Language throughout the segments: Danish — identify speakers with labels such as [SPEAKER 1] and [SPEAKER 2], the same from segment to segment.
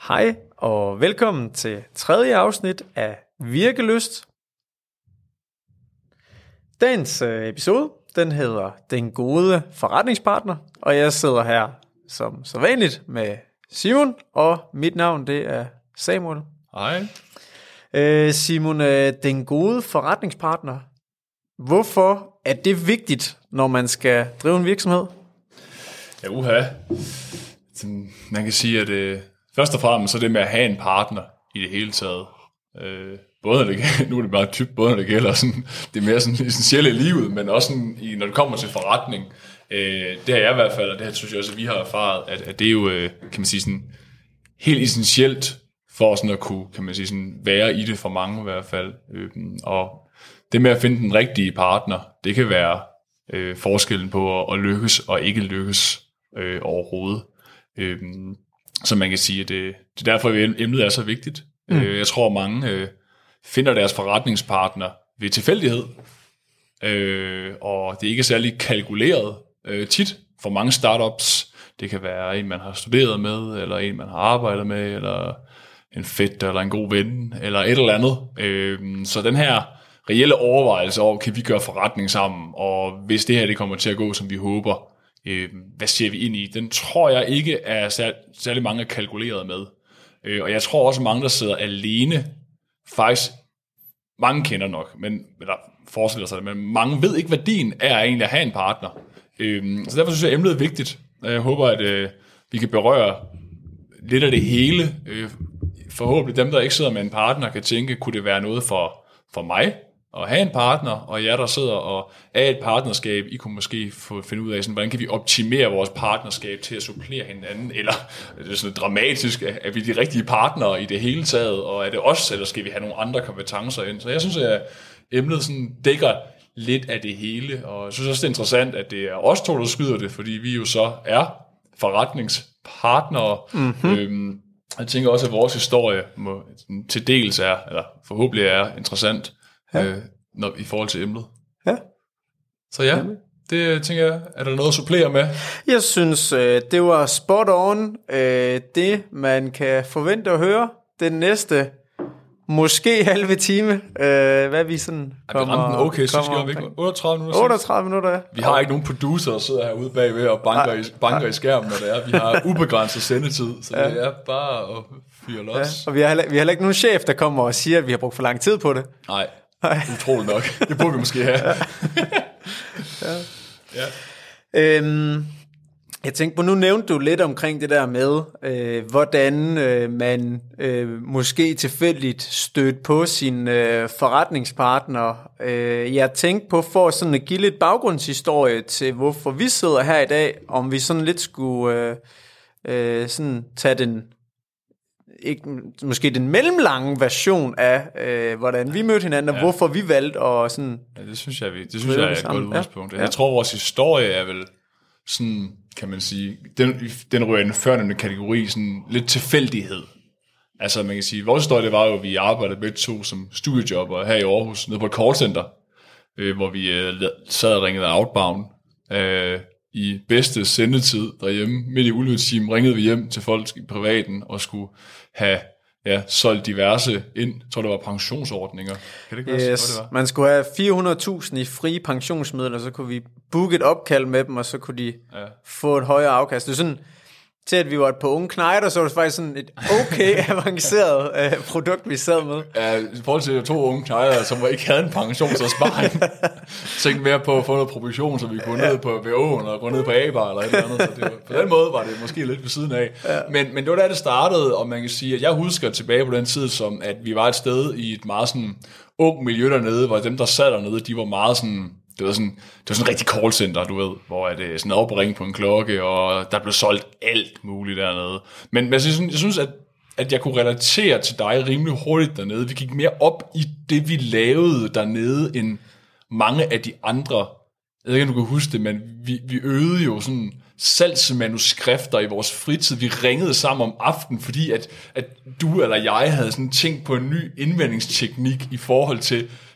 [SPEAKER 1] Hej og velkommen til tredje afsnit af Virkelyst. Dagens episode, den hedder Den gode forretningspartner, og jeg sidder her som sædvanligt med Simon, og mit navn det er Samuel.
[SPEAKER 2] Hej.
[SPEAKER 1] Simon, den gode forretningspartner, hvorfor er det vigtigt, når man skal drive en virksomhed?
[SPEAKER 2] Ja, man kan sige, at først og fremmest så det med at have en partner i det hele taget. Både når det, nu er det bare typ, både når det gælder sådan, det mere sådan essentielle i livet, men også sådan, når det kommer til forretning. Det har jeg i hvert fald, og det her synes jeg også, at vi har erfaret, at det er jo, kan man sige, sådan helt essentielt for sådan at kunne, kan man sige, sådan være i det for mange i hvert fald. Og det med at finde den rigtige partner, det kan være forskellen på at lykkes og ikke lykkes overhovedet. Så man kan sige, at det er derfor, at emnet er så vigtigt. Jeg tror, mange finder deres forretningspartner ved tilfældighed, og det er ikke særlig kalkuleret tit for mange startups. Det kan være en, man har studeret med, eller en, man har arbejdet med, eller en fætter, eller en god ven, eller et eller andet. Så den her reelle overvejelse over, kan vi gøre forretning sammen, og hvis det her det kommer til at gå, som vi håber, hvad ser vi ind i? Den tror jeg ikke er særlig mange er kalkuleret med. Og jeg tror også, mange, der sidder alene, faktisk, mange kender nok, eller forestiller sig det, men mange ved ikke, værdien er egentlig at have en partner. Så derfor synes jeg, at emnet er vigtigt. Jeg håber, at vi kan berøre lidt af det hele. Forhåbentlig dem, der ikke sidder med en partner, kan tænke, kunne det være noget for mig at have en partner, og jer, der sidder og er et partnerskab, I kunne måske finde ud af, sådan, hvordan kan vi optimere vores partnerskab til at supplere hinanden, eller det er sådan dramatisk, er vi de rigtige partnere i det hele taget, og er det os, eller skal vi have nogle andre kompetencer ind? Så jeg synes, at emnet sådan dækker lidt af det hele, og jeg synes også, det er interessant, at det er os to, der skyder det, fordi vi jo så er forretningspartnere. Mm-hmm. Jeg tænker også, at vores historie til dels er, eller forhåbentlig er interessant, i forhold til emnet.
[SPEAKER 1] Ja.
[SPEAKER 2] Så ja, det tænker jeg, er der noget at supplere med?
[SPEAKER 1] Jeg synes, det var spot on. Det, man kan forvente at høre den næste, måske halve time. Hvad vi sådan kommer...
[SPEAKER 2] Vi ramte den okay, synes jeg, 38 minutter.
[SPEAKER 1] 38 minutter, ja.
[SPEAKER 2] Vi har ikke nogen producer, der sidder herude bagved og banker i skærmen, når det er. Vi har ubegrænset sendetid, så det er bare at fyre los.
[SPEAKER 1] Ja, og vi har heller ikke nogen chef, der kommer og siger, at vi har brugt for lang tid på det.
[SPEAKER 2] Nej. Utroligt nok. Det burde vi måske have.
[SPEAKER 1] Ja. Jeg tænkte på, nu nævnte du lidt omkring det der med, hvordan man måske tilfældigt stødte på sin forretningspartner. Jeg tænkte på, for sådan at give lidt baggrundshistorie til, hvorfor vi sidder her i dag, om vi sådan lidt skulle sådan tage den, ikke, måske den mellemlange version af, hvordan vi mødte hinanden, og hvorfor vi valgte at sådan...
[SPEAKER 2] Ja, det synes jeg er et godt udgangspunkt. Ja. Jeg tror, vores historie er vel sådan, kan man sige, den rører i den førnævnte kategori, sådan lidt tilfældighed. Altså man kan sige, vores historie det var jo, at vi arbejdede begge to som studiejobber her i Aarhus, nede på et callcenter, hvor vi sad og ringede outbound. I bedste sendetid derhjemme, midt i ulvetimen, ringede vi hjem til folk i privaten og skulle have solgt diverse ind. Jeg tror, det var pensionsordninger. Kan det ikke være,
[SPEAKER 1] yes. Det var? Man skulle have 400.000 i frie pensionsmidler, så kunne vi booke et opkald med dem, og så kunne de få et højere afkast. Det er sådan, til at vi var et par unge knejder, så var det faktisk sådan et okay avanceret produkt, vi sad med.
[SPEAKER 2] Ja, i forhold til 2 unge knejder, som ikke havde en pensionsopsparing, tænkte mere på at få noget provision, så vi kunne ned på VO'en og gå ned på A-bar eller et eller andet. Så det var, på den måde var det måske lidt ved siden af. Ja. Men det var da det startede, og man kan sige, at jeg husker tilbage på den tid, som at vi var et sted i et meget sådan ung miljø dernede, hvor dem, der sad dernede, de var meget sådan... Det var sådan en rigtig callcenter, du ved, hvor det sådan op og ringe på en klokke, og der blev solgt alt muligt dernede. Men jeg synes, at jeg kunne relatere til dig rimelig hurtigt dernede. Vi gik mere op i det, vi lavede dernede, end mange af de andre. Jeg ved ikke, om du kan huske det, men vi øvede jo sådan salgsmanuskrifter i vores fritid. Vi ringede sammen om aftenen, fordi at du eller jeg havde sådan tænkt på en ny indvendingsteknik i forhold til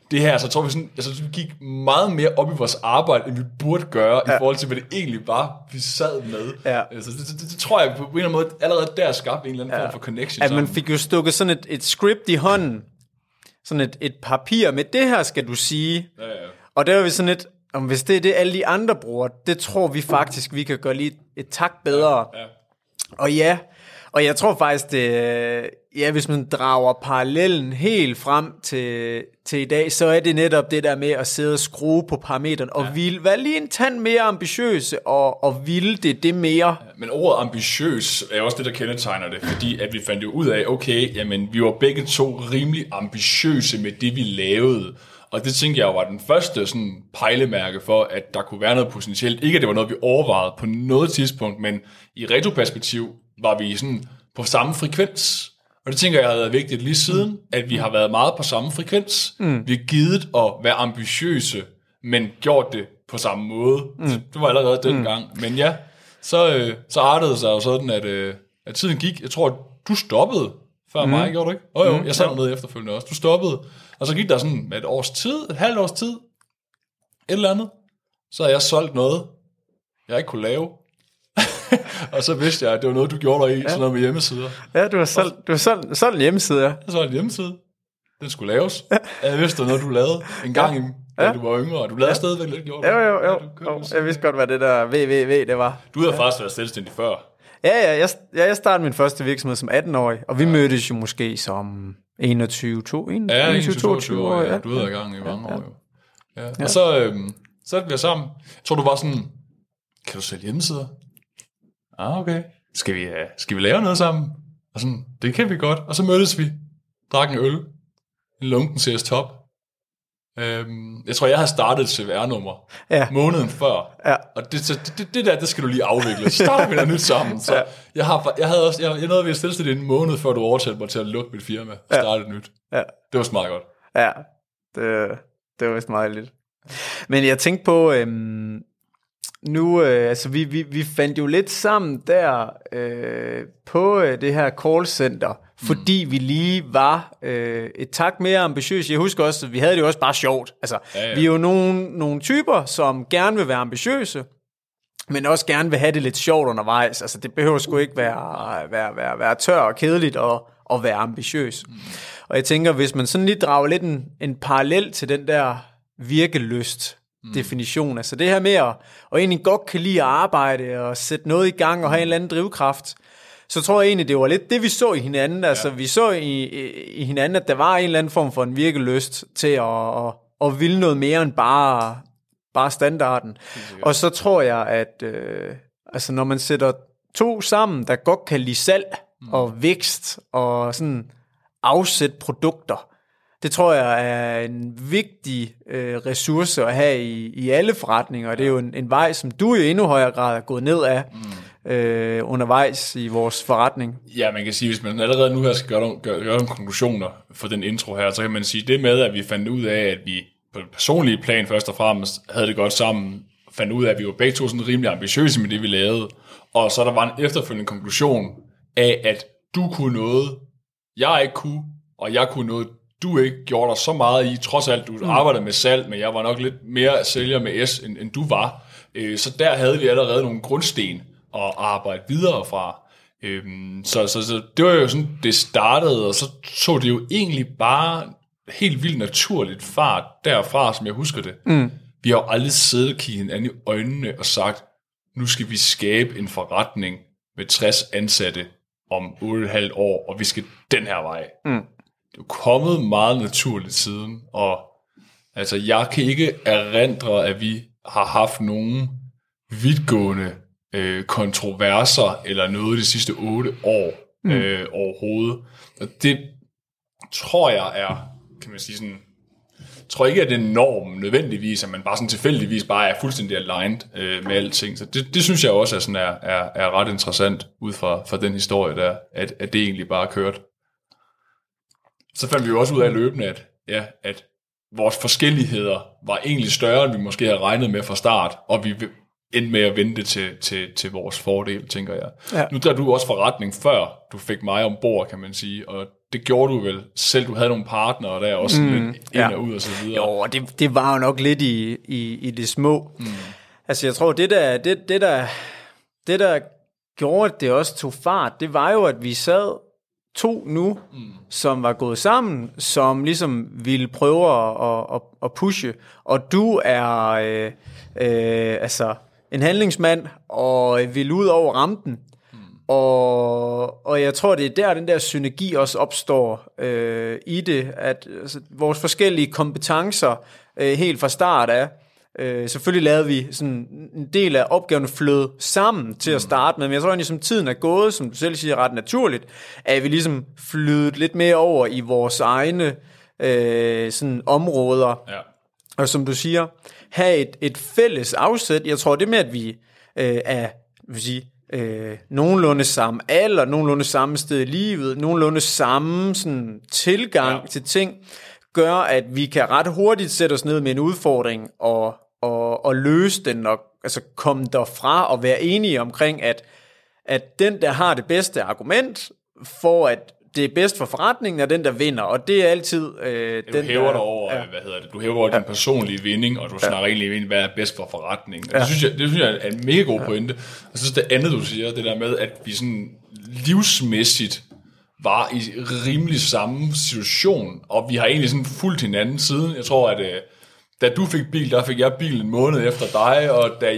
[SPEAKER 2] det her, så tror vi sådan, altså, vi gik meget mere op i vores arbejde, end vi burde gøre, i forhold til, hvad det egentlig var, vi sad med. Ja. Altså, det tror jeg på en eller anden måde, allerede der skabte en eller anden form for connection.
[SPEAKER 1] At man fik jo stukket sådan et script i hånden, sådan et papir med, det her skal du sige. Ja. Og der var vi sådan lidt, om hvis det er det, alle de andre bruger, det tror vi faktisk, vi kan gøre lige et tak bedre. Ja. Og jeg tror faktisk, hvis man drager parallellen helt frem til i dag, så er det netop det der med at sidde og skrue på parameteren, og ville være lige en tand mere ambitiøse, og ville det mere. Ja,
[SPEAKER 2] men ordet ambitiøs er også det, der kendetegner det, fordi at vi fandt jo ud af, okay, jamen vi var begge to rimelig ambitiøse med det, vi lavede. Og det tænkte jeg jo var den første sådan pejlemærke for, at der kunne være noget potentielt. Ikke at det var noget, vi overvejede på noget tidspunkt, men i retroperspektiv var vi sådan på samme frekvens. Og det tænker jeg har været vigtigt lige siden, at vi har været meget på samme frekvens. Vi har givet at være ambitiøse, men gjort det på samme måde. Det var allerede dengang. Men ja, så artede det sig jo sådan, at tiden gik. Jeg tror, du stoppede før mig, gjorde du ikke? Jo, jeg sad nede efterfølgende også. Du stoppede. Og så gik der sådan et halvt års tid, et eller andet. Så har jeg solgt noget, jeg ikke kunne lave. Og så vidste jeg, at det var noget, du gjorde der i, sådan noget med hjemmesider.
[SPEAKER 1] Ja, du har solgt en hjemmeside, ja. Jeg
[SPEAKER 2] solgte en hjemmeside. Den skulle laves. Jeg vidste, det var noget, du lavede en gang, da du var yngre, og du lavede stadigvæk lidt, gjorde du?
[SPEAKER 1] Jo. Jeg vidste godt, hvad det der www, det var.
[SPEAKER 2] Du havde faktisk været selvstændig før.
[SPEAKER 1] Ja, jeg startede min første virksomhed som 18-årig, og vi mødtes jo måske som 21-22 år.
[SPEAKER 2] Ja, du havde i gang i mange år, jo. Ja. Og så satte vi os sammen. Jeg tror, du var sådan, kan du sælge hjemmesider? Okay. Skal vi lave noget sammen? Og sådan, det kan vi godt. Og så mødtes vi, drak en øl, en lunken CS Top. Jeg tror, jeg havde startet et CVR-nummer måneden før. Ja. Og det der, det skal du lige afvikle. Så starter vi noget nyt sammen. Så jeg nåede ved at stille det en måned, før du overtalte mig til at lukke mit firma og starte et nyt. Ja. Det var meget godt.
[SPEAKER 1] Ja, det var vist meget lidt. Men jeg tænkte på, nu, altså vi fandt jo lidt sammen der på det her callcenter, fordi vi lige var et tak mere ambitiøse. Jeg husker også, at vi havde det jo også bare sjovt. Altså, vi er jo nogle typer, som gerne vil være ambitiøse, men også gerne vil have det lidt sjovt undervejs. Altså, det behøver sgu ikke være tør og kedeligt at være ambitiøs. Og jeg tænker, hvis man sådan lige drager lidt en parallel til den der virkelyst definition, altså det her med at egentlig godt kan lide at arbejde og sætte noget i gang og have en eller anden drivkraft, så tror jeg egentlig, det var lidt det, vi så i hinanden. Altså vi så i hinanden, at der var en eller anden form for en virkelyst til at ville noget mere end bare standarden. Og så tror jeg, at altså når man sætter to sammen, der godt kan lide salg og vækst og sådan afsætte produkter, det tror jeg er en vigtig ressource at have i alle forretninger, og det er jo en vej, som du i endnu højere grad er gået ned af undervejs i vores forretning.
[SPEAKER 2] Ja, man kan sige, hvis man allerede nu her skal gøre nogle konklusioner for den intro her, så kan man sige det med, at vi fandt ud af, at vi på det personlige plan først og fremmest havde det godt sammen, fandt ud af, at vi var begge to sådan rimelig ambitiøse med det, vi lavede, og så der var en efterfølgende konklusion af, at du kunne noget, jeg ikke kunne, og jeg kunne noget, du ikke gjorde dig så meget i, trods alt, du arbejdede med salg, men jeg var nok lidt mere sælger med S, end du var. Så der havde vi allerede nogle grundsten at arbejde videre fra. Så det var jo sådan, det startede, og så tog det jo egentlig bare helt vildt naturligt fart derfra, som jeg husker det. Vi har jo aldrig siddet og kigget hinanden i øjnene og sagt, nu skal vi skabe en forretning med 60 ansatte om 8,5 år, og vi skal den her vej. Det er jo kommet meget naturligt siden, og altså, jeg kan ikke erindre, at vi har haft nogen vidtgående kontroverser eller noget de sidste 8 år overhovedet. Og det tror jeg er, kan man sige sådan, tror ikke, at det er normen nødvendigvis, at man bare sådan tilfældigvis bare er fuldstændig aligned med alting. Så det synes jeg også er ret interessant ud fra den historie der, at det egentlig bare er kørt. Så fandt vi jo også ud af løbende, at vores forskelligheder var egentlig større, end vi måske havde regnet med fra start, og vi endte med at vente til vores fordel, tænker jeg. Ja. Nu der du også forretning før du fik mig ombord, kan man sige, og det gjorde du vel, selv du havde nogle partnere der også lidt ind og ud og så videre.
[SPEAKER 1] Jo, det var jo nok lidt i det små. Altså jeg tror, det der gjorde, at det også tog fart, det var jo, at vi sad 2 nu, som var gået sammen, som ligesom ville prøve at pushe, og du er altså en handlingsmand, og vil ud over rampen, og jeg tror, det er der, den der synergi også opstår i det, at altså, vores forskellige kompetencer helt fra start af, selvfølgelig lavede vi sådan en del af opgaven flød sammen til at starte med, men jeg tror egentlig, som tiden er gået, som du selv siger ret naturligt, at vi ligesom flydet lidt mere over i vores egne sådan områder, og som du siger, have et fælles afsæt. Jeg tror det med, at vi vil sige, nogenlunde samme alder, nogenlunde samme sted i livet, nogenlunde samme sådan tilgang til ting, gør, at vi kan ret hurtigt sætte os ned med en udfordring og løse den, og altså komme derfra og være enige omkring, at den, der har det bedste argument for, at det er bedst for forretningen, er den, der vinder, og det er altid
[SPEAKER 2] du hæver dig over, du hæver over din personlige vinding, og du snakker egentlig ind, hvad er bedst for forretningen. Det synes jeg er en mega god pointe. Og så synes det andet, du siger, det der med, at vi sådan livsmæssigt var i rimelig samme situation, og vi har egentlig sådan fulgt hinanden siden. Jeg tror, at da du fik bil, der fik jeg bil en måned efter dig, og da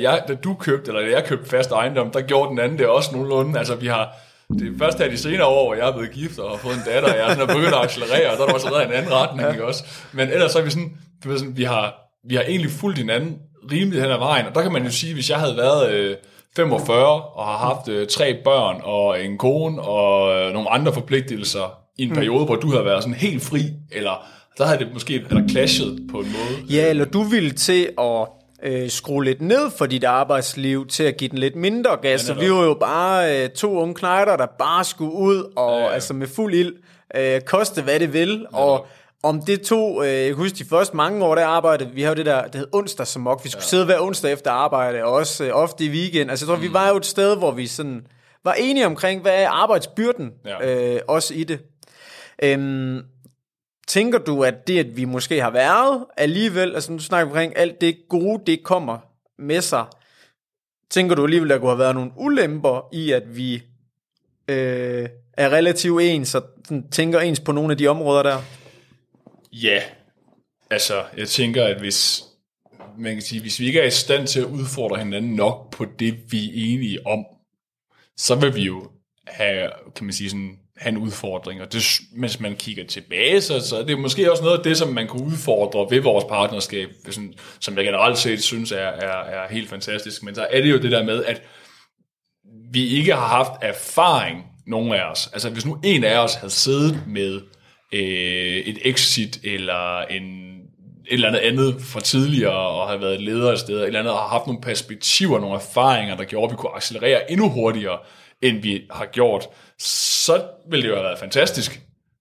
[SPEAKER 2] jeg købte fast ejendom, der gjorde den anden det også nogenlunde. Altså vi har, det er først her de senere år, hvor jeg er blevet gift og har fået en datter, og jeg er sådan begyndt at accelerere, og der er der også været en anden retning, ikke også? Men ellers så er vi sådan, vi har egentlig fulgt hinanden rimeligt hen ad vejen, og der kan man jo sige, hvis jeg havde været 45 og har haft 3 børn og en kone og nogle andre forpligtelser i en periode, hvor du havde været sådan helt fri, eller der havde det måske clashet på en måde.
[SPEAKER 1] Ja, eller du ville til at skrue lidt ned for dit arbejdsliv, til at give den lidt mindre gas, så vi var jo bare 2 unge knejder, der bare skulle ud, og altså med fuld ild, koste hvad det vil, og om det tog, jeg kan huske de første mange år, der arbejdede, vi havde det der hed onsdagsamok, vi skulle sidde hver onsdag efter arbejde, og også ofte i weekend, altså jeg tror, vi var jo et sted, hvor vi sådan var enige omkring, hvad er arbejdsbyrden, også i det. Tænker du, at det, at vi måske har været alligevel, altså nu snakker vi omkring alt det gode, det kommer med sig, tænker du alligevel, at der kunne have været nogle ulemper i, at vi er relativt ens, og tænker ens på nogle af de områder der?
[SPEAKER 2] Ja, altså jeg tænker, at hvis vi ikke er i stand til at udfordre hinanden nok på det, vi er enige om, så vil vi jo have, kan man sige, sådan have en udfordring, og det, mens man kigger tilbage, så er det måske også noget af det, som man kunne udfordre ved vores partnerskab, som jeg generelt set synes er helt fantastisk, men så er det jo det der med, at vi ikke har haft erfaring, nogen af os. Altså hvis nu en af os havde siddet med et exit, eller et eller andet fra tidligere, og havde været leder et sted, eller andet, og har haft nogle perspektiver, nogle erfaringer, der gjorde, at vi kunne accelerere endnu hurtigere, end vi har gjort, så ville det jo have været fantastisk.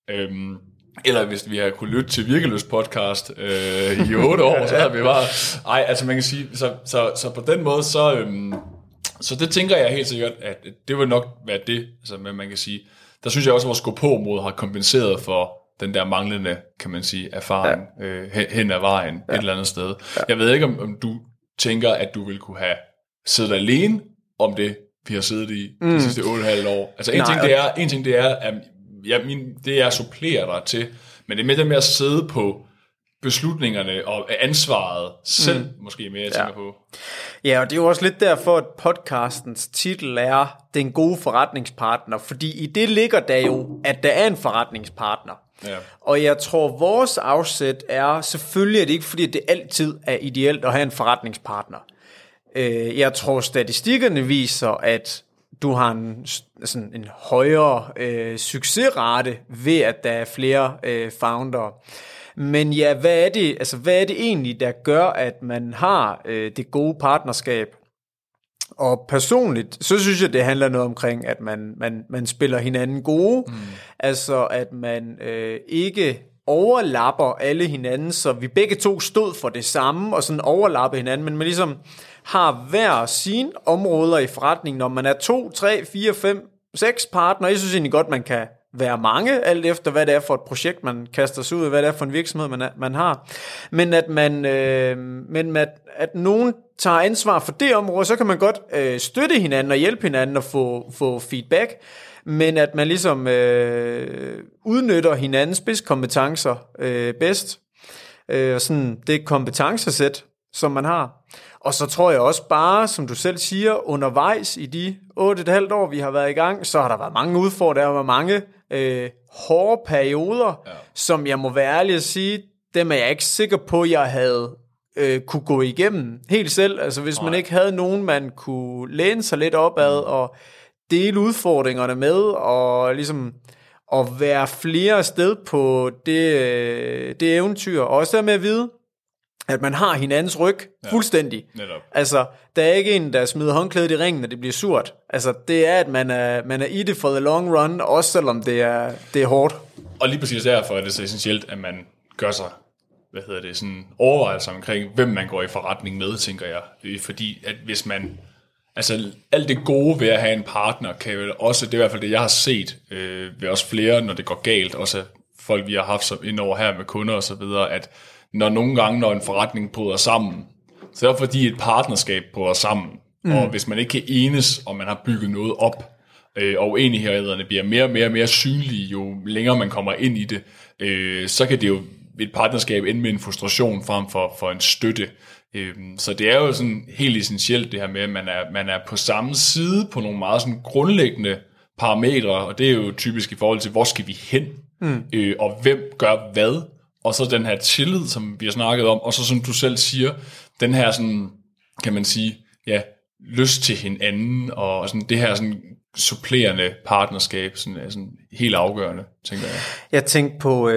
[SPEAKER 2] Eller hvis vi havde kunne lytte til Virkeløs podcast i 8 år, så havde vi bare... Ej, altså man kan sige, så på den måde, så det tænker jeg helt sikkert, at det vil nok være det, altså man kan sige, der synes jeg også, at vores gå-på-måde har kompenseret for den der manglende, kan man sige, erfaring hen ad vejen et eller andet sted. Jeg ved ikke, om du tænker, at du ville kunne have siddet alene om det, vi har siddet i de sidste 8,5 år. Altså en ting det er, at det er at supplere dig til, men det er med det med at sidde på beslutningerne og ansvaret selv, måske mere, jeg tænker på.
[SPEAKER 1] Ja, og det er jo også lidt derfor, at podcastens titel er Den gode forretningspartner, fordi i det ligger der jo, at der er en forretningspartner. Ja. Og jeg tror, vores afsæt er, selvfølgelig er det ikke, fordi det altid er ideelt at have en forretningspartner. Jeg tror, statistikkerne viser, at du har en højere succesrate ved, at der er flere founder. Men ja, hvad er det egentlig, der gør, at man har det gode partnerskab? Og personligt, så synes jeg, det handler noget omkring, at man spiller hinanden gode. Altså, at man ikke overlapper alle hinanden, så vi begge to stod for det samme, og sådan overlapper hinanden, men man ligesom har hver sine områder i forretningen, når man er 2, 3, 4, 5, 6 partnere. Jeg synes egentlig godt, man kan være mange, alt efter hvad det er for et projekt, man kaster sig ud i, hvad det er for en virksomhed, man har. Men at nogen tager ansvar for det område, så kan man godt støtte hinanden og hjælpe hinanden og få feedback, men at man ligesom udnytter hinandens spidskompetencer bedst. Sådan det kompetencesæt, som man har. Og så tror jeg også bare, som du selv siger, undervejs i de 8,5 år, vi har været i gang, så har der været mange udfordringer, der har været mange hårde perioder, som jeg må være ærlig at sige, dem er jeg ikke sikker på, jeg havde kunne gå igennem helt selv. Altså hvis man ikke havde nogen, man kunne læne sig lidt opad og dele udfordringerne med, og ligesom at være flere sted på det eventyr, og også der med at vide, at man har hinandens ryg fuldstændig.
[SPEAKER 2] Netop.
[SPEAKER 1] Altså, der er ikke en, der smider håndklædet i ringen, når det bliver surt. Altså, det er, at man er i det for the long run, også selvom det er hårdt.
[SPEAKER 2] Og lige præcis derfor er det så essentielt, at man gør sig sådan overvejelser omkring, hvem man går i forretning med, tænker jeg. Fordi at hvis man, altså alt det gode ved at have en partner, kan jo også, det er i hvert fald det, jeg har set ved også flere, når det går galt, også folk, vi har haft indover her med kunder og så videre, at når en forretning bryder sammen, så er det fordi et partnerskab bryder sammen, og hvis man ikke kan enes, og man har bygget noget op, og uenighederne bliver mere og mere synlige, jo længere man kommer ind i det, så kan det jo et partnerskab ende med en frustration frem for en støtte. Så det er jo sådan helt essentielt det her med, at man er på samme side på nogle meget sådan grundlæggende parametre, og det er jo typisk i forhold til, hvor skal vi hen, og hvem gør hvad, og så den her tillid, som vi har snakket om, og så som du selv siger, den her sådan, kan man sige, lyst til hinanden, og sådan det her sådan supplerende partnerskab, sådan er sådan helt afgørende, tænker jeg.
[SPEAKER 1] Jeg tænkte på,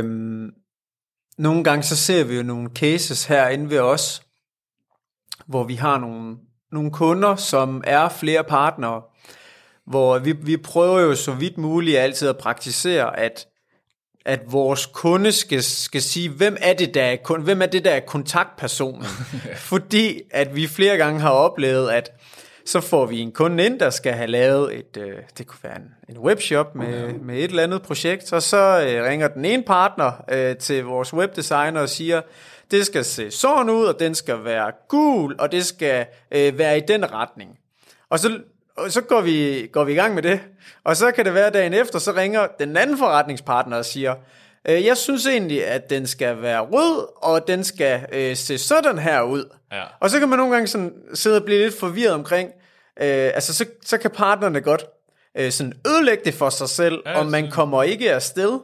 [SPEAKER 1] nogle gange så ser vi jo nogle cases herinde ved os, hvor vi har nogle kunder, som er flere partnere, hvor vi prøver jo så vidt muligt altid at praktisere, at vores kunde skal sige, hvem er det, der er kontaktpersonen. Fordi at vi flere gange har oplevet, at så får vi en kunde ind, der skal have lavet det kunne være en webshop med et eller andet projekt, og så ringer den ene partner til vores webdesigner og siger, det skal se sådan ud, og den skal være gul, og det skal være i den retning. Og så går vi i gang med det, og så kan det være dagen efter, så ringer den anden forretningspartner og siger, jeg synes egentlig, at den skal være rød, og den skal se sådan her ud. Ja. Og så kan man nogle gange sådan sidde og blive lidt forvirret omkring, altså så kan partnerne godt sådan ødelægge det for sig selv, og man kommer ikke afsted.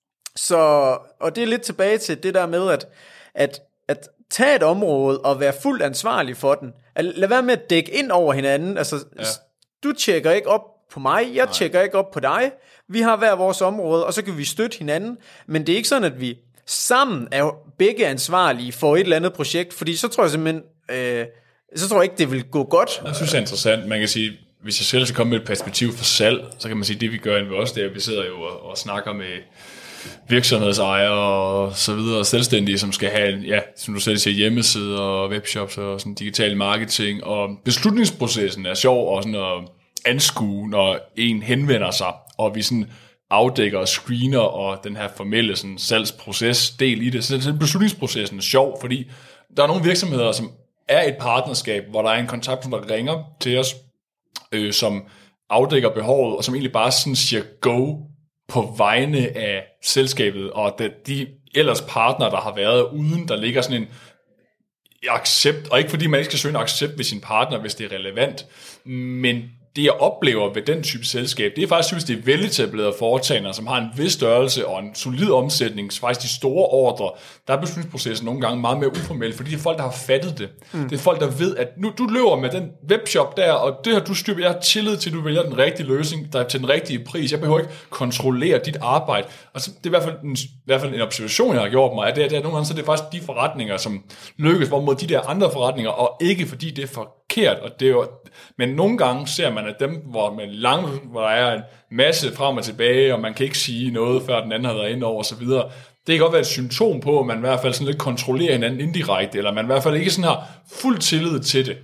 [SPEAKER 1] Og det er lidt tilbage til det der med, at tage et område og være fuldt ansvarlig for den. Lad være med at dække ind over hinanden. Altså, du tjekker ikke op på mig, jeg tjekker ikke op på dig. Vi har hver vores område, og så kan vi støtte hinanden. Men det er ikke sådan, at vi sammen er begge ansvarlige for et eller andet projekt, fordi så tror jeg simpelthen, så tror jeg ikke, det vil gå godt.
[SPEAKER 2] Jeg synes, det er interessant. Man kan sige, hvis jeg selv skal komme med et perspektiv for salg, så kan man sige, det vi gør ved os, det er, at vi sidder jo og snakker med virksomhedsejere og så videre, selvstændige, som skal have, som du selv siger, hjemmesider og webshops og sådan digital marketing, og beslutningsprocessen er sjov og sådan at anskue, når en henvender sig, og vi sådan afdækker og screener, og den her formelle sådan salgsproces del i det. Så beslutningsprocessen er sjov, fordi der er nogle virksomheder, som er et partnerskab, hvor der er en kontakt, der ringer til os, som afdækker behovet, og som egentlig bare sådan siger go på vegne af selskabet, og de ellers partnere, der har været, uden der ligger sådan en accept, og ikke fordi man ikke skal søge en accept ved sin partner, hvis det er relevant, men det jeg oplever ved den type selskab, det er faktisk typisk det veletablerede foretagender, som har en vis størrelse og en solid omsætning, faktisk de store ordre, der er beslutningsprocessen nogle gange meget mere uformel, fordi det er folk, der har fattet det. Det er folk, der ved, at nu du løber med den webshop der, og det har du styr på, jeg har tillid til, at du vælger den rigtige løsning, der er til den rigtige pris. Jeg behøver ikke kontrollere dit arbejde. Og så, det er i hvert fald en observation, jeg har gjort mig, at det er nogle gange, så det er faktisk de forretninger, som lykkes mod de der andre forretninger, og ikke fordi det er forkert. Og det er jo, men nogle gange ser man, at dem, hvor der er en masse frem og tilbage, og man kan ikke sige noget, før den anden har været inde over, og så videre. Det kan godt være et symptom på, at man i hvert fald sådan lidt kontrollerer hinanden indirekte, eller man i hvert fald ikke sådan har fuld tillid til det.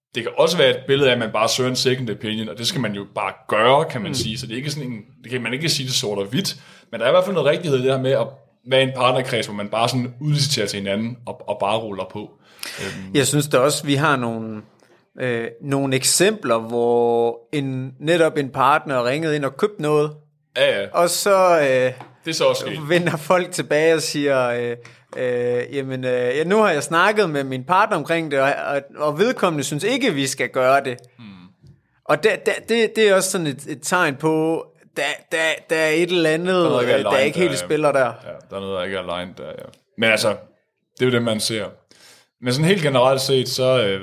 [SPEAKER 2] det kan også være et billede af, at man bare søger en second opinion, og det skal man jo bare gøre, kan man sige. Så det er ikke sådan det kan man ikke sige det sort og hvidt, men der er i hvert fald noget rigtighed i det her med at være en partnerkreds, hvor man bare sådan udliciterer til hinanden og bare ruller på.
[SPEAKER 1] Jeg synes da også, vi har nogle eksempler, hvor netop en partner ringede ind og købte noget, og så,
[SPEAKER 2] det er så også
[SPEAKER 1] vender folk tilbage og siger, nu har jeg snakket med min partner omkring det, og vedkommende synes ikke, vi skal gøre det. Og det er også sådan et tegn på, der er et eller andet, der ikke helt spiller der.
[SPEAKER 2] Ja, der er noget, der ikke er aligned der, ja. Men altså, det er jo det, man ser. Men sådan helt generelt set, så,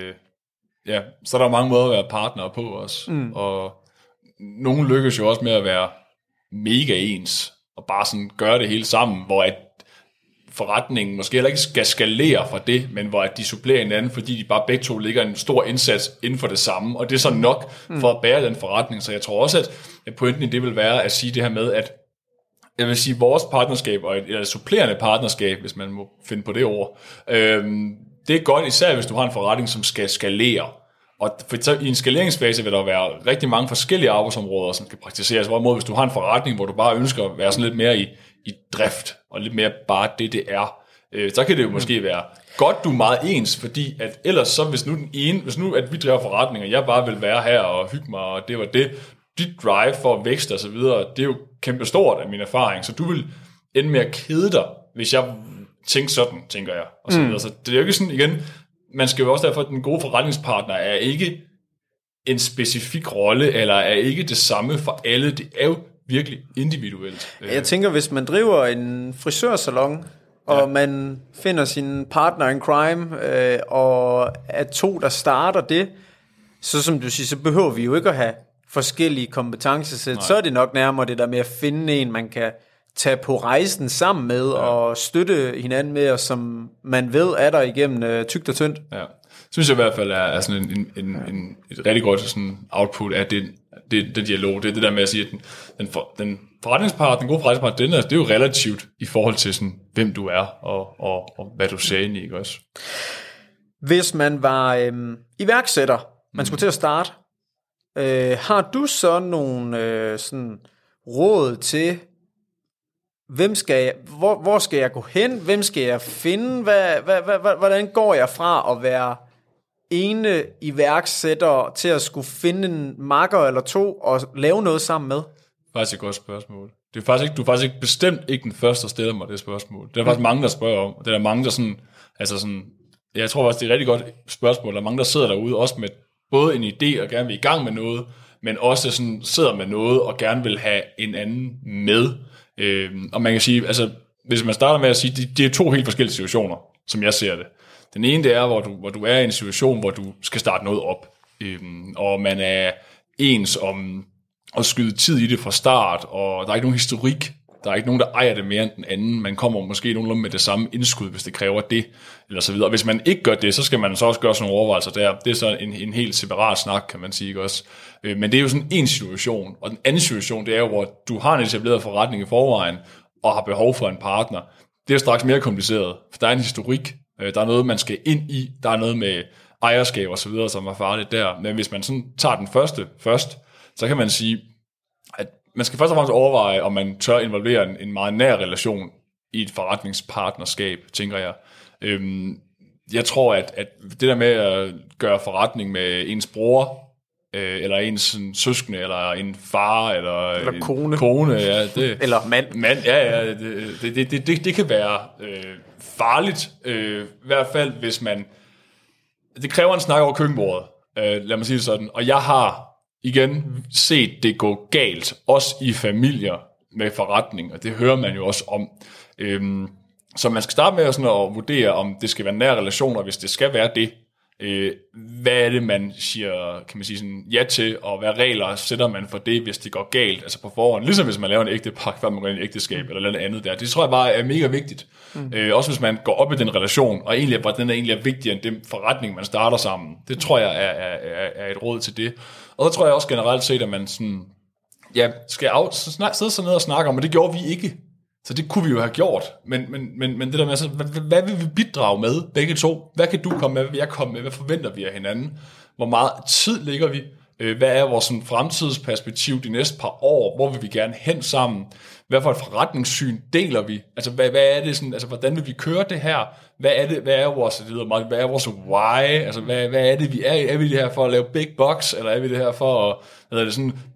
[SPEAKER 2] så er der mange måder at være partner på os. Og nogen lykkes jo også med at være mega ens, og bare sådan gøre det hele sammen, hvor at forretningen måske heller ikke skal skalere fra det, men hvor at de supplerer hinanden, fordi de bare begge to ligger en stor indsats inden for det samme, og det er så nok for at bære den forretning. Så jeg tror også, at pointen i det vil være at sige det her med, at jeg vil sige, vores partnerskab, eller supplerende partnerskab, hvis man må finde på det ord, det er godt, især hvis du har en forretning, som skal skalere. Og i en skaleringsfase vil der være rigtig mange forskellige arbejdsområder, som skal praktiseres. Hvorimod hvis du har en forretning, hvor du bare ønsker at være sådan lidt mere i drift, og lidt mere bare det er, så kan det jo måske være godt, du er meget ens, fordi at ellers så, hvis nu at vi driver forretninger, jeg bare vil være her og hygge mig, og det var det, dit drive for at vækste og så videre, det er jo kæmpe stort af min erfaring, så du vil ende med at kede dig, hvis jeg tænker sådan, tænker jeg, og så videre. Så det er jo ikke sådan, igen, man skal jo også derfor, at den gode forretningspartner er ikke en specifik rolle, eller er ikke det samme for alle, det er jo virkelig individuelt.
[SPEAKER 1] Jeg tænker, hvis man driver en frisørsalon, og man finder sin partner in crime, og er to, der starter det, så som du siger, så behøver vi jo ikke at have forskellige kompetencesæt. Så er det nok nærmere det der med at finde en, man kan tage på rejsen sammen med, og støtte hinanden med, og som man ved er der igennem tykt og tyndt. Ja.
[SPEAKER 2] Synes jeg i hvert fald er sådan et rigtig godt sådan output af den dialog. Det er det der med at sige, at den forretningspart, den gode forretningspart, det er jo relativt i forhold til sådan, hvem du er, og hvad du ser ind i, ikke også?
[SPEAKER 1] Hvis man var iværksætter, man skulle til at starte, har du så nogle sådan råd til, hvor skal jeg gå hen, hvem skal jeg finde, hvordan går jeg fra at være ene iværksætter til at skulle finde en makker eller to og lave noget sammen med?
[SPEAKER 2] Det er faktisk et godt spørgsmål. Du er faktisk ikke bestemt ikke den første, der stiller mig det spørgsmål. Det er faktisk mange, der spørger om. Det er der mange, der sådan, jeg tror faktisk, det er et rigtig godt spørgsmål. Der er mange, der sidder derude også med både en idé og gerne vil i gang med noget, men også sådan sidder med noget og gerne vil have en anden med. Og man kan sige, altså hvis man starter med at sige, det er to helt forskellige situationer, som jeg ser det. Den ene, det er, hvor du er i en situation, hvor du skal starte noget op, og man er ens om at skyde tid i det fra start, og der er ikke nogen historik, der er ikke nogen, der ejer det mere end den anden. Man kommer måske nogenlunde med det samme indskud, hvis det kræver det, eller så videre. Og hvis man ikke gør det, så skal man så også gøre sådan nogle overvejelser der. Det er så en helt separat snak, kan man sige, ikke også? Men det er jo sådan en situation, og den anden situation, det er jo, hvor du har en etableret forretning i forvejen, og har behov for en partner. Det er straks mere kompliceret, for der er en historik, der er noget, man skal ind i, der er noget med ejerskab og så videre, som er farligt der. Men hvis man sådan tager den første først, så kan man sige, at man skal først og fremmest overveje, om man tør involvere en meget nær relation i et forretningspartnerskab, tænker jeg. Jeg tror, at det der med at gøre forretning med ens bror, eller ens søskende, eller en far, eller
[SPEAKER 1] en
[SPEAKER 2] kone ja, det,
[SPEAKER 1] eller mand,
[SPEAKER 2] ja, det kan være farligt, i hvert fald hvis man, det kræver en snak over køkkenbordet, lad mig sige det sådan, og jeg har igen set det gå galt, også i familier med forretning, og det hører man jo også om. Så man skal starte med at vurdere, om det skal være nære relationer, hvis det skal være det. Hvad er det, man siger, kan man sige sådan, ja til, og hvad regler sætter man for det, hvis det går galt, altså på forhånd, ligesom hvis man laver en ægtepagt, før man går ind i et ægteskab, eller noget andet der. Det tror jeg bare er mega vigtigt. Også hvis man går op i den relation, og den er vigtigere end den forretning, man starter sammen. Det tror jeg er et råd til det. Og så tror jeg også generelt set, at man sådan, ja, skal sidde så ned og snakke om, og det gjorde vi ikke. Så det kunne vi jo have gjort, men det der med, altså, hvad vil vi bidrage med, begge to? Hvad kan du komme med, hvad vil jeg komme med, hvad forventer vi af hinanden? Hvor meget tid ligger vi? Hvad er vores sådan, fremtidsperspektiv de næste par år? Hvor vil vi gerne hen sammen? Hvad for et forretningssyn deler vi? Altså, hvad er det sådan, altså, hvordan vil vi køre det her? Hvad er vores why? Altså, hvad er det, vi er? Er vi det her for at lave big bucks, eller er vi det her for at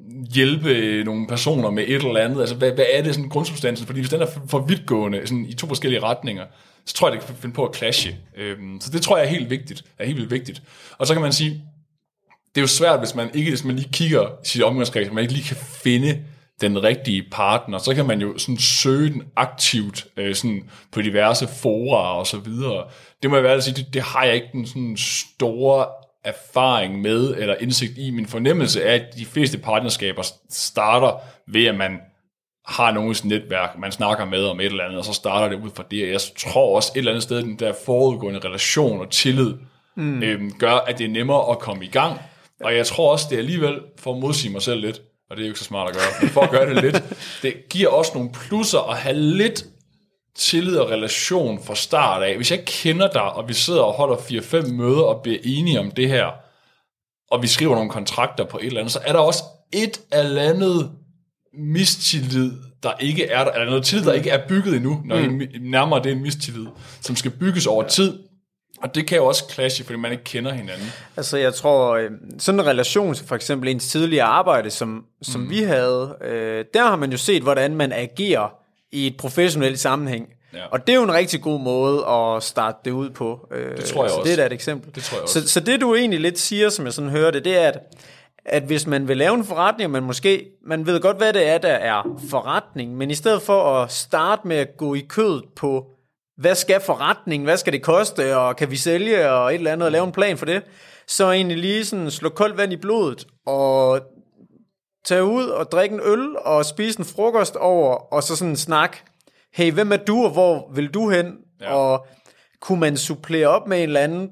[SPEAKER 2] hjælpe nogle personer med et eller andet? Altså, hvad er det sådan grundsubstansen? Fordi hvis den er for vidtgående sådan, i to forskellige retninger, så tror jeg, det kan finde på at clashe. Så det tror jeg er helt vildt vigtigt. Og så kan man sige, det er jo svært, hvis man lige kigger i sit omgangskreds, og man ikke lige kan finde den rigtige partner, så kan man jo sådan søge den aktivt sådan på diverse fora og så videre. Det må jeg være at sige, det har jeg ikke den sådan store erfaring med eller indsigt i. Min fornemmelse er, at de fleste partnerskaber starter ved, at man har nogen i sit netværk, man snakker med om et eller andet, og så starter det ud fra det. Jeg tror også et eller andet sted, den der forudgående relation og tillid gør, at det er nemmere at komme i gang. Og jeg tror også, det er alligevel, for at modsige mig selv lidt, og det er jo ikke så smart at gøre, men for at gøre det lidt, det giver også nogle plusser at have lidt tillid og relation fra start af. Hvis jeg kender dig, og vi sidder og holder 4-5 møder og bliver enige om det her, og vi skriver nogle kontrakter på et eller andet, så er der også et eller andet mistillid, der ikke er der, eller noget tillid, der ikke er bygget endnu, når nærmere det er en mistillid, som skal bygges over tid. Og det kan jo også clashe, fordi man ikke kender hinanden.
[SPEAKER 1] Altså jeg tror, sådan en relation til for eksempel ens tidligere arbejde, som vi havde, der har man jo set, hvordan man agerer i et professionelt sammenhæng. Ja. Og det er jo en rigtig god måde at starte det ud på.
[SPEAKER 2] Det tror jeg også.
[SPEAKER 1] Det er da et eksempel.
[SPEAKER 2] Det tror jeg også.
[SPEAKER 1] Så det du egentlig lidt siger, som jeg sådan hører det, det er, at hvis man vil lave en forretning, man ved godt, hvad det er, der er forretning, men i stedet for at starte med at gå i kødet på, hvad skal forretningen, hvad skal det koste, og kan vi sælge, og et eller andet, og lave en plan for det, så egentlig lige sådan slå koldt vand i blodet, og tage ud og drikke en øl, og spise en frokost over, og så sådan snak, hey, hvem er du, og hvor vil du hen? Ja. Og kunne man supplere op med en eller anden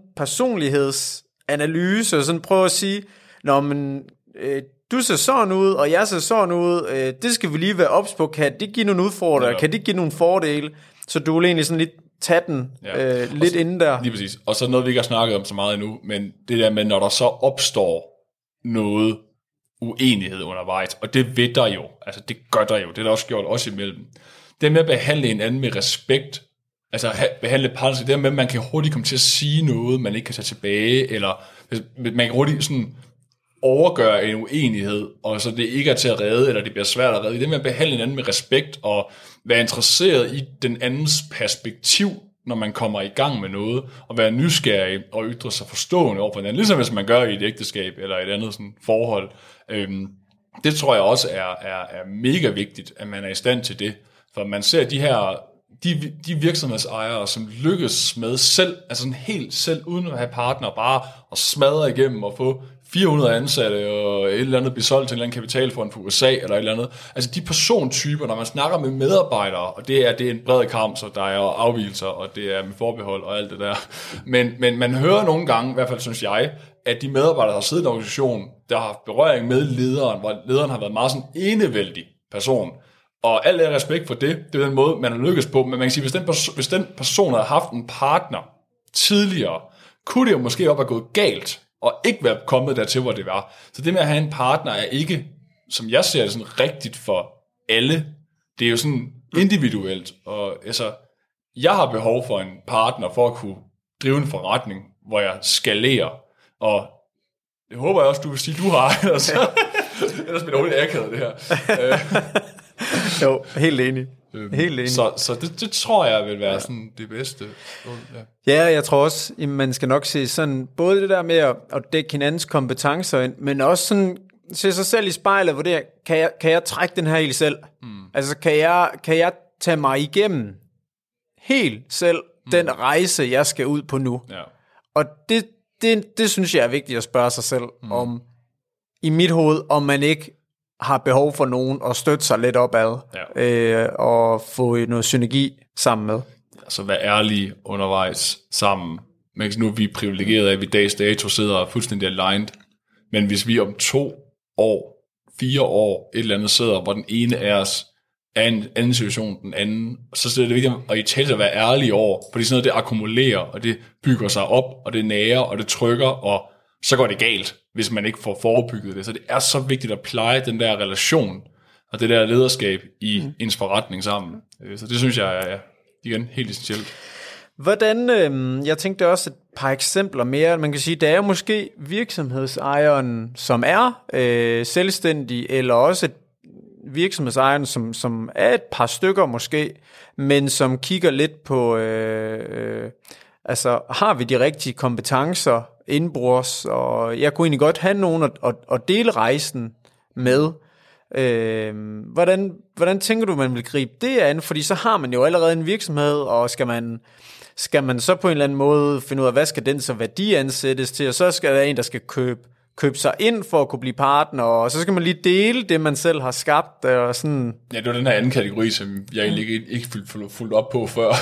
[SPEAKER 1] personlighedsanalyse, og sådan prøve at sige, nå, men du ser sådan ud, og jeg ser sådan ud, det skal vi lige være ops på, kan det give nogle udfordringer, kan det give nogle fordele, så du vil egentlig sådan lidt tage den lidt inden der.
[SPEAKER 2] Lige præcis, og så noget, vi ikke har snakket om så meget endnu, men det der med, når der så opstår noget uenighed undervejs, og det ved der jo, altså det gør der jo, det er der også gjort også imellem. Det med at behandle en anden med respekt, altså behandle partnerskab, det med, at man kan hurtigt komme til at sige noget, man ikke kan tage tilbage, eller man kan hurtigt sådan overgøre en uenighed, og så det ikke er til at redde, eller det bliver svært at redde. Det med at behandle en anden med respekt, og være interesseret i den andens perspektiv, når man kommer i gang med noget, og være nysgerrig og ytre sig forstående over for hinanden, ligesom hvis man gør i et ægteskab, eller et andet sådan forhold. Det tror jeg også er mega vigtigt, at man er i stand til det, for man ser de virksomhedsejere, som lykkes med selv, altså sådan helt selv, uden at have partner, bare at smadre igennem og få 400 ansatte og et eller andet blive solgt til en eller anden kapitalfond for USA eller et eller andet. Altså de persontyper, når man snakker med medarbejdere, og det er en bred kamp, så der er afvigelser, og det er med forbehold og alt det der. Men man hører nogle gange, i hvert fald synes jeg, at de medarbejdere, der har siddet i en organisation, der har haft berøring med lederen, hvor lederen har været meget sådan enevældig person. Og alt er respekt for det. Det er den måde, man har lykkes på. Men man kan sige, hvis den person havde haft en partner tidligere, kunne det jo måske op have gået galt, og ikke være kommet dertil, hvor det var. Så det med at have en partner er ikke, som jeg ser det, sådan rigtigt for alle. Det er jo sådan individuelt. Og altså, jeg har behov for en partner for at kunne drive en forretning, hvor jeg skalerer. Og det håber jeg også, du vil sige, du har. Ellers bliver det overhovedet akavet, det her.
[SPEAKER 1] Jo, helt enig. Helt enig.
[SPEAKER 2] Så det tror jeg vil være sådan det bedste.
[SPEAKER 1] Ja, jeg tror også, man skal nok se sådan, både det der med at dække hinandens kompetencer ind, men også sådan, se sig selv i spejlet, hvor det er, kan jeg trække den her helt selv? Altså, kan jeg tage mig igennem helt selv den rejse, jeg skal ud på nu? Ja. Og det synes jeg er vigtigt at spørge sig selv om, i mit hoved, om man ikke har behov for nogen at støtte sig lidt opad, og få noget synergi sammen med.
[SPEAKER 2] Altså være ærlige undervejs sammen. Men nu er vi privilegerede af, at vi dags dato sidder fuldstændig aligned. Men hvis vi om 2 år, 4 år, et eller andet sidder, hvor den ene af os er en anden situation den anden. Og så er det vigtigt at i tale at være ærlig over, fordi sådan noget, det akkumulerer, og det bygger sig op, og det nærer, og det trykker, og så går det galt, hvis man ikke får forebygget det. Så det er så vigtigt at pleje den der relation, og det der lederskab i ens forretning sammen. Så det synes jeg er igen helt essentielt.
[SPEAKER 1] Hvordan, jeg tænkte også et par eksempler mere. Man kan sige, der er måske virksomhedsejeren, som er selvstændig, eller også virksomhedsejeren, som er et par stykker måske, men som kigger lidt på, altså har vi de rigtige kompetencer indenbords, og jeg kunne egentlig godt have nogen at dele rejsen med. Hvordan tænker du, man vil gribe det an? Fordi så har man jo allerede en virksomhed, og skal man så på en eller anden måde finde ud af, hvad skal den så værdiansættes til, og så skal der en, der skal købe sig ind for at kunne blive partner, og så skal man lige dele det, man selv har skabt, og sådan.
[SPEAKER 2] Ja, det var den her anden kategori, som jeg egentlig ikke fulgt op på før.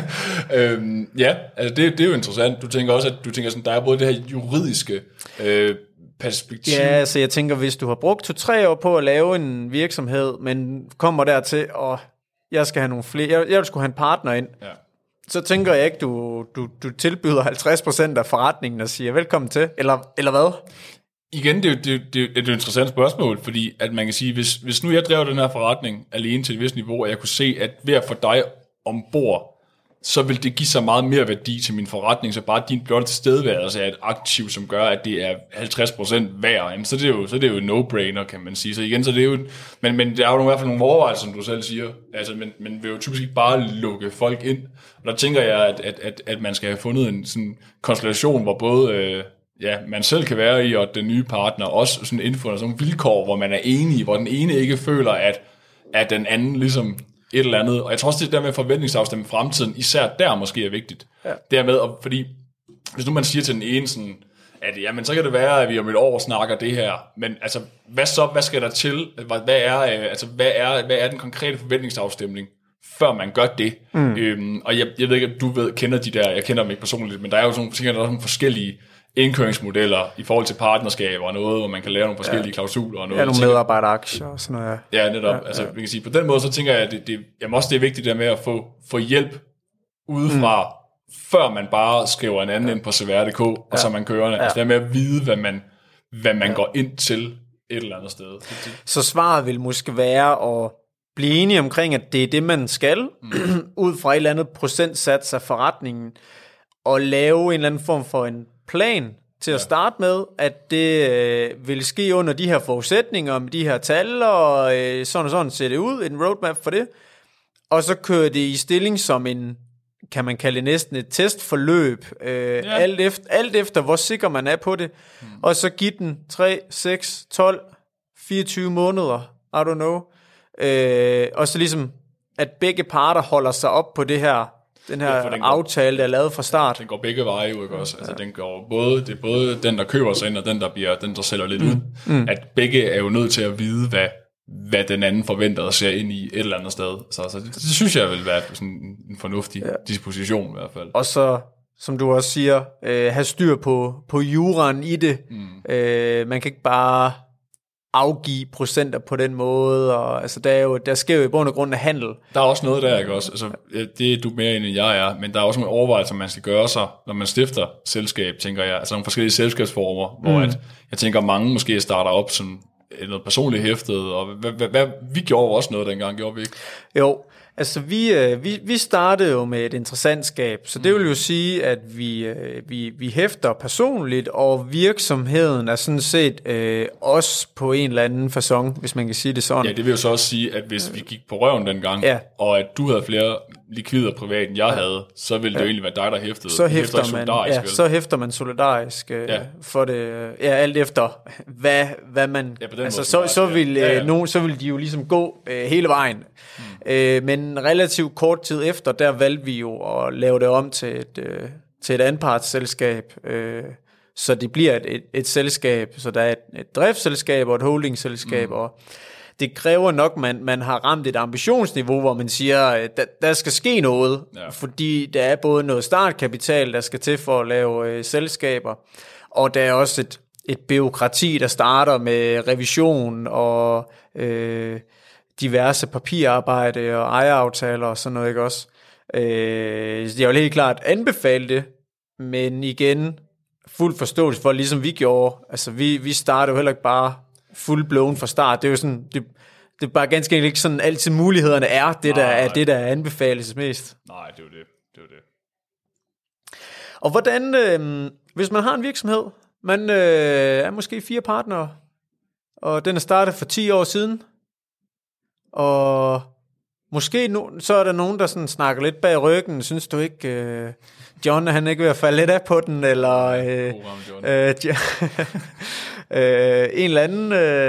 [SPEAKER 2] Ja, altså det er jo interessant. Du tænker også, at der er både det her juridiske perspektiv.
[SPEAKER 1] Ja, altså jeg tænker, hvis du har brugt 2-3 år på at lave en virksomhed, men kommer dertil, og jeg skal have nogle flere, jeg vil skulle have en partner ind, ja. Så tænker jeg ikke, du tilbyder 50% af forretningen og siger velkommen til, eller hvad?
[SPEAKER 2] Igen, det er et interessant spørgsmål, fordi at man kan sige, hvis nu jeg drev den her forretning alene til et vist niveau, og jeg kunne se, at ved at få dig ombord, så vil det give så meget mere værdi til min forretning, så bare din blotte tilstedeværelse er et aktiv, som gør, at det er 50% værd, jamen, så er det jo no-brainer, kan man sige. Så igen, så det er jo, men der er jo i hvert fald nogle overvejelser, som du selv siger, altså, men vil jo typisk ikke bare lukke folk ind. Og der tænker jeg, at man skal have fundet en sådan konstellation, hvor både man selv kan være i, og den nye partner også sådan indfundet sådan nogle vilkår, hvor man er enige, hvor den ene ikke føler, at den anden ligesom et eller andet. Og jeg tror også, det der med forventningsafstemning i fremtiden, især der måske er vigtigt. Ja. Dermed, fordi hvis nu man siger til den ene sådan, at jamen, så kan det være, at vi om et år snakker det her, men altså, hvad skal der til? Hvad er den konkrete forventningsafstemning, før man gør det? Og jeg ved ikke, at du kender de der, jeg kender dem ikke personligt, men der er jo nogle forskellige indkøringsmodeller i forhold til partnerskaber og noget, hvor man kan lave nogle forskellige klausuler og noget.
[SPEAKER 1] Ja, nogle medarbejderaktier og sådan noget.
[SPEAKER 2] Ja, netop. Ja. Altså, vi kan sige, på den måde, så tænker jeg, at det er vigtigt der med at få hjælp udefra, før man bare skriver en anden ind på CVR.dk, og så man kører. Altså, det er med at vide, hvad man går ind til et eller andet sted.
[SPEAKER 1] Så svaret vil måske være at blive enige omkring, at det er det, man skal, ud fra et eller andet procentsats af forretningen, og lave en eller anden form for en plan til at starte med, at det vil ske under de her forudsætninger, med de her tal, og sådan ser det ud, en roadmap for det, og så kører det i stilling som en, kan man kalde det næsten et testforløb, alt efter hvor sikker man er på det, og så give den 3, 6, 12, 24 måneder, I don't know, og så ligesom, at begge parter holder sig op på det her, den her aftale, der er lavet fra start.
[SPEAKER 2] Den går begge veje jo, ikke også? Altså, den går det er både den, der køber sig ind, og den, der sælger lidt ud. At begge er jo nødt til at vide, hvad den anden forventer og ser ind i et eller andet sted. Så det synes jeg vil være sådan en fornuftig disposition i hvert fald.
[SPEAKER 1] Og så, som du også siger, have styr på juraen i det. Man kan ikke bare afgive procenter på den måde, og altså der sker jo i bund og grund af handel.
[SPEAKER 2] Der er også noget der, ikke også? Altså, det er du mere end jeg er, men der er også nogle overvejelser, man skal gøre sig, når man stifter selskab, tænker jeg. Altså nogle forskellige selskabsformer, hvor jeg tænker, mange måske starter op som noget personligt hæftet, og vi gjorde også noget dengang, gjorde vi ikke?
[SPEAKER 1] Jo, altså vi startede jo med et interessantskab, så det vil jo sige, at vi hæfter personligt, og virksomheden er sådan set også på en eller anden facon, hvis man kan sige det sådan.
[SPEAKER 2] Ja, det vil jo så også sige, at hvis vi gik på røven dengang, og at du havde flere likvider privat, end jeg havde, så ville det jo egentlig være dig, der hæftede.
[SPEAKER 1] Så hæfter man solidarisk for det, alt efter hvad man, altså så vil de jo ligesom gå hele vejen. Men relativt kort tid efter, der valgte vi jo at lave det om til et anpartsselskab, så det bliver et selskab, så der er et driftsselskab og et holdingselskab, og det kræver nok, man har ramt et ambitionsniveau, hvor man siger, der skal ske noget, fordi der er både noget startkapital, der skal til for at lave selskaber, og der er også et bureaukrati, der starter med revision og diverse papirarbejde og ejeraftaler og sådan noget, ikke også? Jeg vil helt klart anbefale det, men igen, fuld forståelse for, ligesom vi gjorde. Altså, vi starter jo heller ikke bare full blown fra start. Det er jo sådan, det er bare ganske enkelt ikke sådan, altid mulighederne er det, det der anbefales mest.
[SPEAKER 2] Nej, det er jo det.
[SPEAKER 1] Og hvordan, hvis man har en virksomhed, man er måske 4 partnere, og den er startet for 10 år siden, og måske så er der nogen, der sådan snakker lidt bag ryggen. Synes du ikke, John, han er ikke ved at falde lidt af på den, eller en eller anden,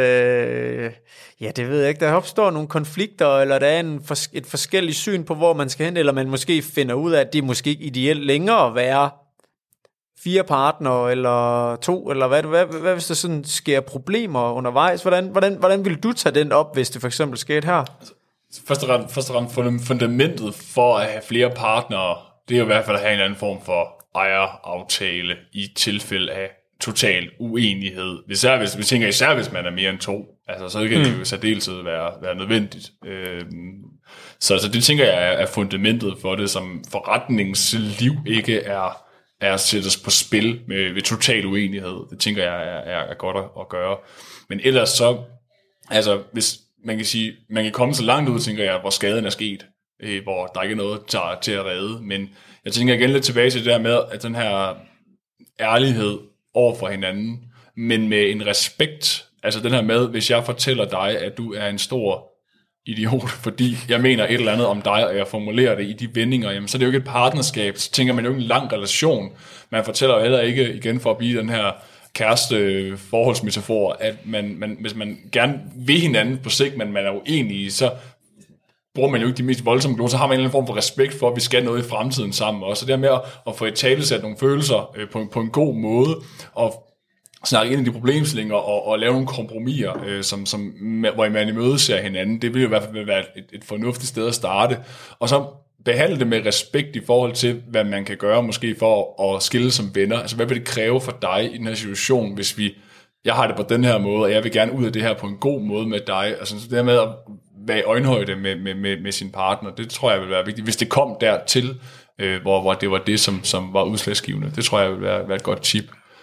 [SPEAKER 1] ja, det ved jeg ikke, der opstår nogle konflikter, eller der er et forskelligt syn på, hvor man skal hen, eller man måske finder ud af, at det er måske ikke ideelt længere at være 4 partnere, eller 2, eller hvad hvis der sådan sker problemer undervejs? Hvordan vil du tage den op, hvis det for eksempel skete her?
[SPEAKER 2] Først og fremmest fundamentet for at have flere partnere, det er jo i hvert fald at have en anden form for ejeraftale i tilfælde af total uenighed. Især hvis man er mere end 2, altså så kan det jo særdeleshed være nødvendigt. Så det tænker jeg er fundamentet for det, som forretningsliv ikke er sættes på spil ved total uenighed. Det tænker jeg er godt at gøre. Men ellers så, altså hvis man kan sige, man kan komme så langt ud, tænker jeg, hvor skaden er sket, hvor der ikke er noget til at redde. Men jeg tænker igen lidt tilbage til det der med, at den her ærlighed over for hinanden, men med en respekt, altså den her med, hvis jeg fortæller dig, at du er en stor idiot, fordi jeg mener et eller andet om dig, og jeg formulerer det i de vendinger, jamen så er det jo ikke et partnerskab, så tænker man jo ikke en lang relation. Man fortæller jo heller ikke, igen for at blive den her kæreste forholdsmetafor, at hvis man gerne vil hinanden på sigt, men man er uenig, så bruger man jo ikke de mest voldsomme glor, så har man en eller anden form for respekt for, at vi skal noget i fremtiden sammen også. Så det er med at få italesat nogle følelser på en god måde, og snakke ind i de problemstillinger og lave nogle kompromiser, hvor man imødeser hinanden. Det vil jo i hvert fald være et fornuftigt sted at starte. Og så behandle det med respekt i forhold til, hvad man kan gøre måske for at skille som venner. Altså, hvad vil det kræve for dig i den her situation, hvis jeg har det på den her måde, og jeg vil gerne ud af det her på en god måde med dig. Altså, det der med at være i øjenhøjde med sin partner, det tror jeg vil være vigtigt. Hvis det kom dertil, hvor det var det, som var udslagsgivende. Det tror jeg vil være et godt tip.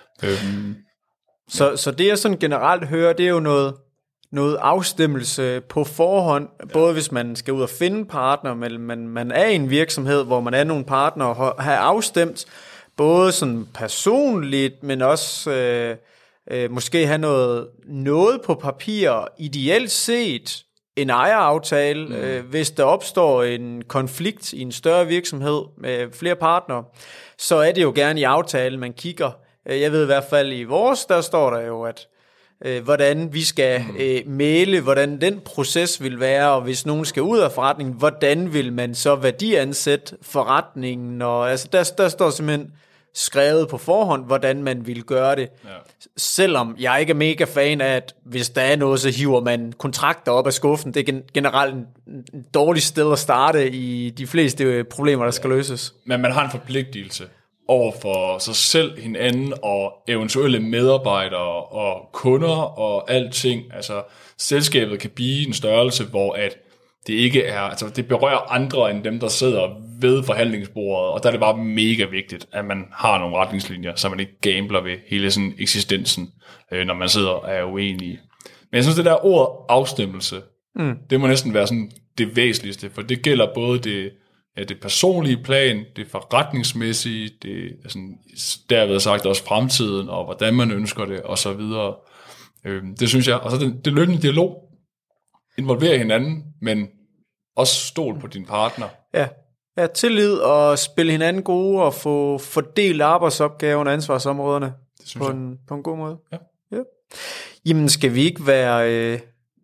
[SPEAKER 1] Så det jeg sådan generelt hører, det er jo noget afstemmelse på forhånd, både hvis man skal ud og finde partner, men man er i en virksomhed, hvor man er nogle partnere, og har afstemt, både sådan personligt, men også måske have noget på papir, ideelt set en ejeraftale, hvis der opstår en konflikt i en større virksomhed med flere partnere, så er det jo gerne i aftalen, man kigger. Jeg ved i hvert fald i vores, der står der jo, at hvordan vi skal mæle, hvordan den proces vil være, og hvis nogen skal ud af forretningen, hvordan vil man så værdiansætte forretningen, og altså der står simpelthen skrevet på forhånd, hvordan man vil gøre det. Ja. Selvom jeg ikke er mega fan af, at hvis der er noget, så hiver man kontrakter op af skuffen. Det er generelt en dårlig sted at starte i de fleste problemer, der skal løses.
[SPEAKER 2] Men man har en forpligtelse over for sig selv, hinanden og eventuelle medarbejdere og kunder og alting. Altså, selskabet kan blive en størrelse, hvor at det ikke er, altså det berører andre end dem, der sidder ved forhandlingsbordet, og der er det bare mega vigtigt, at man har nogle retningslinjer, så man ikke gambler ved hele sådan eksistensen, når man sidder og er uenige. Men jeg synes, det der ord afstemmelse, det må næsten være sådan det væsentligste, for det gælder både det personlige plan, det forretningsmæssige, det er sådan, derved sagt også fremtiden, og hvordan man ønsker det, og så videre. Det synes jeg, og så det løbende dialog, involvere hinanden, men også stol på din partner.
[SPEAKER 1] Ja, tillid og spille hinanden gode og få fordelt arbejdsopgaven og ansvarsområderne på en god måde. Ja. Jamen, skal vi ikke være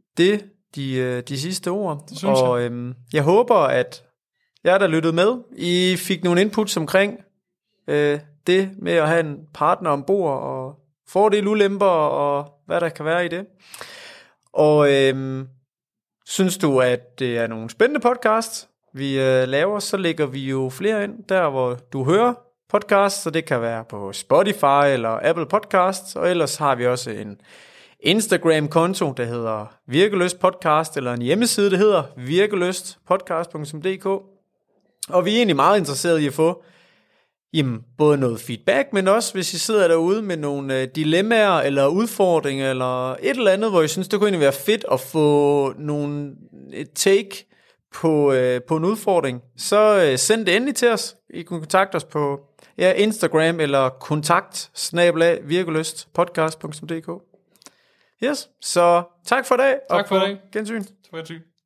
[SPEAKER 1] de sidste ord?
[SPEAKER 2] Det synes
[SPEAKER 1] og jeg håber, at jer, der lyttede med, I fik nogle inputs omkring det med at have en partner ombord, og fordele, ulemper, og hvad der kan være i det. Og synes du, at det er nogle spændende podcasts, vi laver, så lægger vi jo flere ind, der hvor du hører podcasts, så det kan være på Spotify eller Apple Podcasts, og ellers har vi også Instagram-konto, der hedder Virkelyst Podcast, eller en hjemmeside, der hedder virkelystpodcast.dk. Og vi er egentlig meget interesserede i at få både noget feedback, men også hvis I sidder derude med nogle dilemmaer eller udfordringer, eller et eller andet, hvor I synes, det kunne egentlig være fedt at få et take på en udfordring, så send det endelig til os. I kan kontakte os på Instagram eller kontakt@virkelystpodcast.dk. Yes, så tak for i dag.
[SPEAKER 2] Tak for i dag.
[SPEAKER 1] Gensyn.
[SPEAKER 2] Tak for i dag.